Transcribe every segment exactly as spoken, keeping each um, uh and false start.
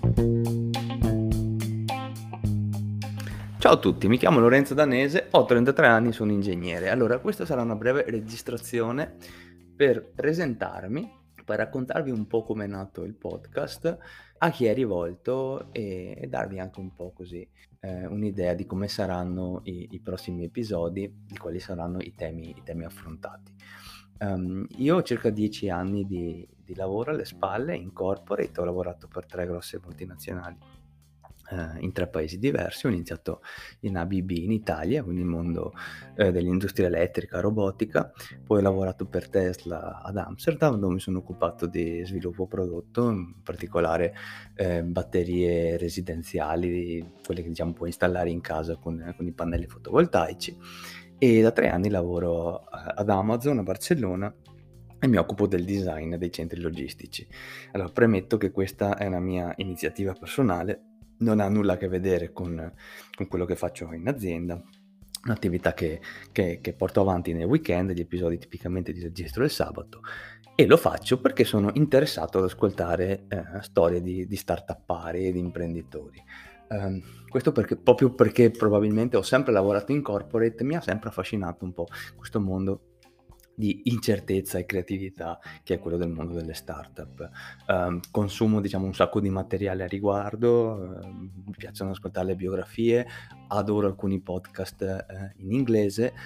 Ciao a tutti, mi chiamo Lorenzo Danese, ho trentatré anni, sono ingegnere. Allora, questa sarà una breve registrazione per presentarmi, per raccontarvi un po' com'è nato il podcast, a chi è rivolto e, e darvi anche un po' così eh, un'idea di come saranno i, i prossimi episodi, di quali saranno i temi, i temi affrontati. Um, io ho circa dieci anni di, di lavoro alle spalle in corporate, ho lavorato per tre grosse multinazionali eh, in tre paesi diversi. Ho iniziato in A B B in Italia, quindi il mondo eh, dell'industria elettrica, robotica, poi ho lavorato per Tesla ad Amsterdam, dove mi sono occupato di sviluppo prodotto, in particolare eh, batterie residenziali, quelle che diciamo puoi installare in casa con, con i pannelli fotovoltaici, e da tre anni lavoro ad Amazon a Barcellona e mi occupo del design dei centri logistici. Allora, premetto che questa è una mia iniziativa personale, non ha nulla a che vedere con, con quello che faccio in azienda, un'attività che, che, che porto avanti nei weekend, gli episodi tipicamente di registro il sabato, e lo faccio perché sono interessato ad ascoltare eh, storie di, di start-upari e di imprenditori. Um, questo perché, proprio perché probabilmente ho sempre lavorato in corporate, mi ha sempre affascinato un po' questo mondo di incertezza e creatività che è quello del mondo delle startup. Um, consumo diciamo un sacco di materiale a riguardo, um, mi piacciono ascoltare le biografie, adoro alcuni podcast eh, in inglese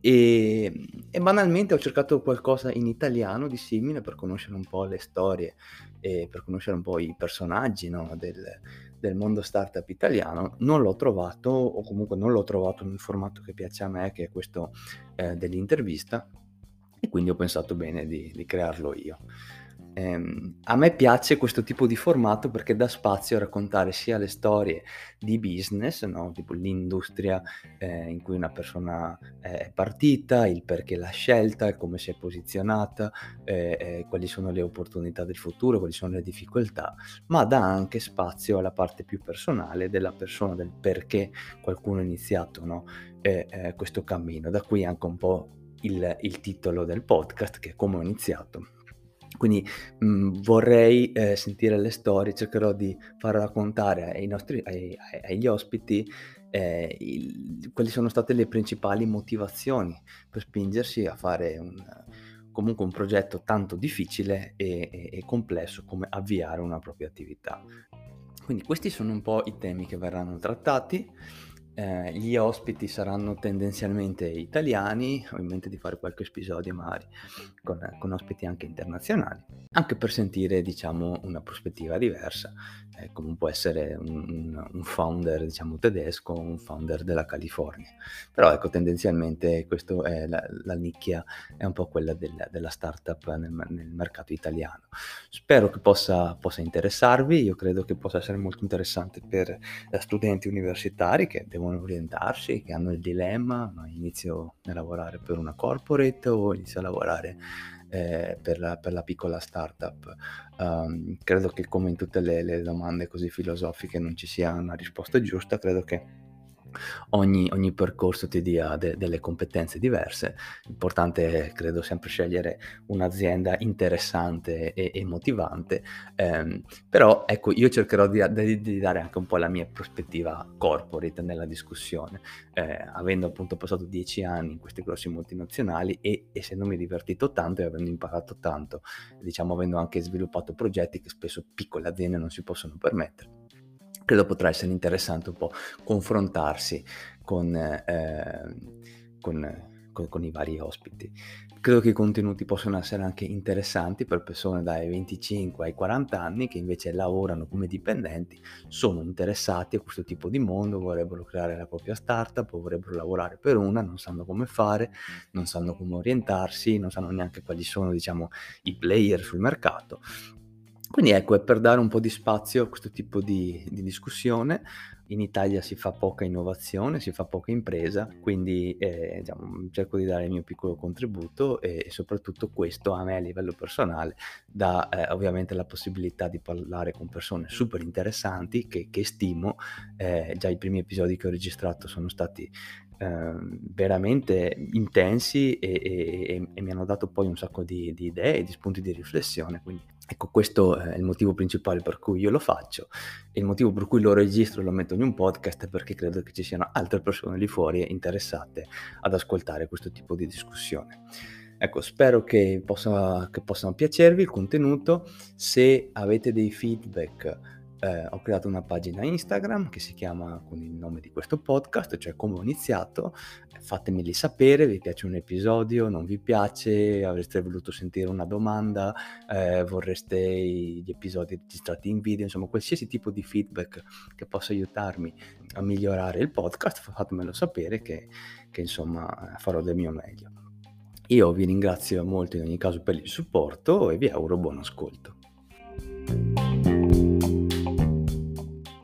e, e banalmente ho cercato qualcosa in italiano di simile per conoscere un po' le storie e per conoscere un po' i personaggi, no, del, del mondo startup italiano. Non l'ho trovato, o comunque non l'ho trovato nel formato che piace a me, che è questo eh, dell'intervista, e quindi ho pensato bene di, di crearlo io. Ehm, a me piace questo tipo di formato perché dà spazio a raccontare sia le storie di business, no? Tipo l'industria eh, in cui una persona è partita, il perché l'ha scelta, il come si è posizionata, eh, eh, quali sono le opportunità del futuro, quali sono le difficoltà, ma dà anche spazio alla parte più personale della persona, del perché qualcuno ha iniziato, no? eh, eh, questo cammino. Da qui anche un po' il, il titolo del podcast, che è come ho iniziato. Quindi mh, vorrei eh, sentire le storie, cercherò di far raccontare ai nostri, ai, ai- agli ospiti eh, il- quali sono state le principali motivazioni per spingersi a fare un, comunque un progetto tanto difficile e, e- e complesso come avviare una propria attività. Quindi questi sono un po' i temi che verranno trattati. Eh, gli ospiti saranno tendenzialmente italiani, ho in mente di fare qualche episodio magari con, con ospiti anche internazionali, anche per sentire diciamo una prospettiva diversa, eh, come può essere un, un, un founder diciamo tedesco o un founder della California. Però ecco, tendenzialmente questa è la, la nicchia, è un po' quella del, della startup nel, nel mercato italiano. Spero che possa, possa interessarvi, io credo che possa essere molto interessante per studenti universitari che devono orientarsi, che hanno il dilemma: ma inizio a lavorare per una corporate o inizio a lavorare eh, per, la, per la piccola startup. Um, credo che come in tutte le, le domande così filosofiche non ci sia una risposta giusta, credo che ogni, ogni percorso ti dia de- delle competenze diverse. L'importante è, credo, sempre scegliere un'azienda interessante e, e motivante, ehm, però ecco, io cercherò di, di, di dare anche un po' la mia prospettiva corporate nella discussione, eh, avendo appunto passato dieci anni in questi grossi multinazionali e essendomi divertito tanto e avendo imparato tanto, diciamo avendo anche sviluppato progetti che spesso piccole aziende non si possono permettere. Credo potrà essere interessante un po' confrontarsi con, eh, con, con, con i vari ospiti. Credo che i contenuti possano essere anche interessanti per persone dai venticinque ai quaranta anni che invece lavorano come dipendenti, sono interessati a questo tipo di mondo, vorrebbero creare la propria startup o vorrebbero lavorare per una, non sanno come fare, non sanno come orientarsi, non sanno neanche quali sono, diciamo, i player sul mercato. Quindi ecco, è per dare un po' di spazio a questo tipo di, di discussione. In Italia si fa poca innovazione, si fa poca impresa, quindi eh, diciamo, cerco di dare il mio piccolo contributo e, e soprattutto questo a me a livello personale dà eh, ovviamente la possibilità di parlare con persone super interessanti che, che stimo. Eh, già i primi episodi che ho registrato sono stati eh, veramente intensi e, e, e, e mi hanno dato poi un sacco di, di idee e di spunti di riflessione, quindi Ecco, questo è il motivo principale per cui io lo faccio, e il motivo per cui lo registro e lo metto in un podcast è perché credo che ci siano altre persone lì fuori interessate ad ascoltare questo tipo di discussione. Ecco, spero che possa che possano piacervi il contenuto. Se avete dei feedback, ehm, ho creato una pagina Instagram che si chiama con il nome di questo podcast, cioè "Come ho iniziato". Fatemeli sapere, vi piace un episodio, non vi piace, avreste voluto sentire una domanda, ehm, vorreste i gli episodi registrati in video, insomma qualsiasi tipo di feedback che possa aiutarmi a migliorare il podcast, fa fatemelo sapere che che insomma farò del mio meglio. Io vi ringrazio molto in ogni caso per il supporto e vi auguro buon ascolto.